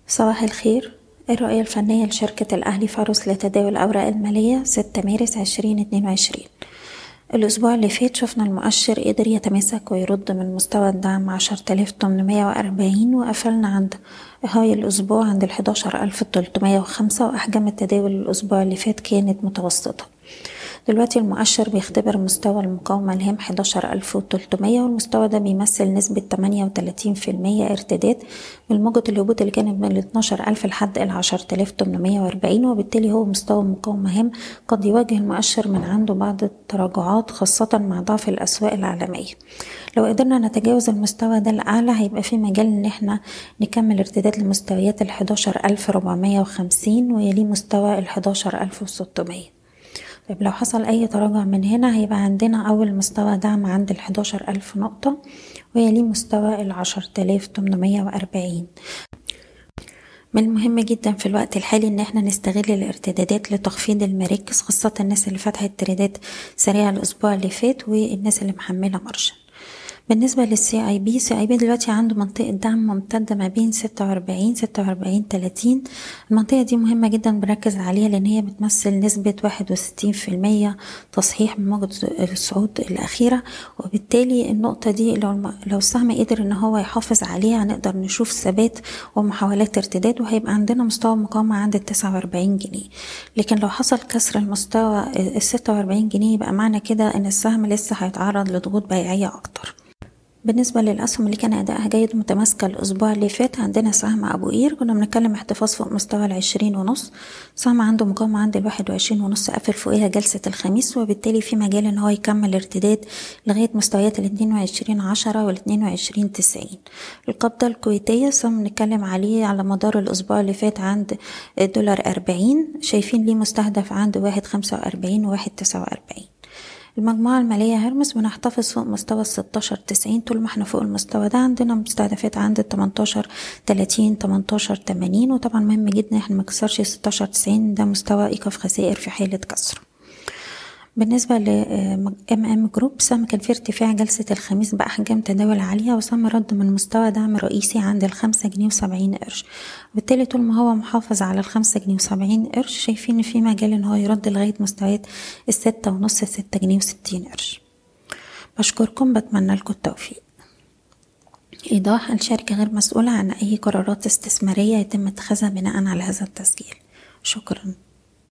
صباح الخير. الرؤية الفنية لشركة الأهلي فارس لتداول الأوراق المالية 6 مارس 2022. الأسبوع اللي فات شفنا المؤشر قدر يتماسك ويرد من مستوى الدعم 10840 وقفلنا عند هاي الأسبوع عند 11305 وأحجام التداول الأسبوع اللي فات كانت متوسطة. دلوقتي المؤشر بيختبر مستوى المقاومة الهام 11300 والمستوى ده بيمثل نسبة 38% ارتداد من موجة الهبوط اللي كانت من 12000 لحد 10840 وبالتالي هو مستوى مقاومة هام قد يواجه المؤشر من عنده بعض التراجعات خاصة مع ضعف الأسواق العالمية. لو قدرنا نتجاوز المستوى ده الأعلى هيبقى في مجال ان احنا نكمل ارتداد لمستويات 11450 ويليه مستوى 11600. طيب لو حصل اي تراجع من هنا هيبقى عندنا اول مستوى دعم عند 11000 نقطة ويليه مستوى 10840. من المهم جدا في الوقت الحالي ان احنا نستغل الارتدادات لتخفيض المراكز، خاصة الناس اللي فتحت تريدات سريعة الاسبوع اللي فات والناس اللي محملة مارجن. بالنسبة للسي اي بي دلوقتي عنده منطقة دعم ممتدة ما بين 46-30. المنطقة دي مهمة جدا بركز عليها لان هي بتمثل نسبة 61% تصحيح من موجة الصعود الاخيرة، وبالتالي النقطة دي لو السهم قدر ان هو يحافظ عليها هنقدر نشوف ثبات ومحاولات ارتداد وهيبقى عندنا مستوى مقاومة عند 49 جنيه. لكن لو حصل كسر المستوى 46 جنيه يبقى معنى كده ان السهم لسه هيتعرض لضغوط بيعية اكتر. بالنسبة للأسهم اللي كان أدائها جيد متماسكة الأسبوع اللي فات عندنا سهم أبو قير كنا بنتكلم احتفاظ فوق مستوى 20.5، سهم عنده مقاومة عند 21.5 قفل فوقها جلسة الخميس وبالتالي في مجال ان هو يكمل ارتداد لغاية مستويات 22.10 22.90. القبضة الكويتية سهم نتكلم عليه على مدار الأسبوع اللي فات عند $40، شايفين ليه مستهدف عند 1.45 و 1.49. المجموعة المالية هرمس بنحتفظ فوق مستوى 16.90 طول ما احنا فوق المستوى ده عندنا مستهدفات عند 18.30 18.80 وطبعا مهم جدا احنا مكسرش 16.90 ده مستوى ايقاف خسائر في حالة كسر. بالنسبة ل جروب سهم كان في ارتفاع جلسة الخميس بأحجام تداول عالية وسهم رد من مستوى دعم رئيسي عند 5.70 جنيه، وبالتالي طول ما هو محافظ على 5.70 جنيه شايفين في مجال ان هو يرد لغاية مستويات 6.5 6.60 جنيه. بشكركم، بتمنى لكم التوفيق. إيضاح: الشركة غير مسؤولة عن أي قرارات استثمارية يتم اتخاذها بناء على هذا التسجيل. شكرا.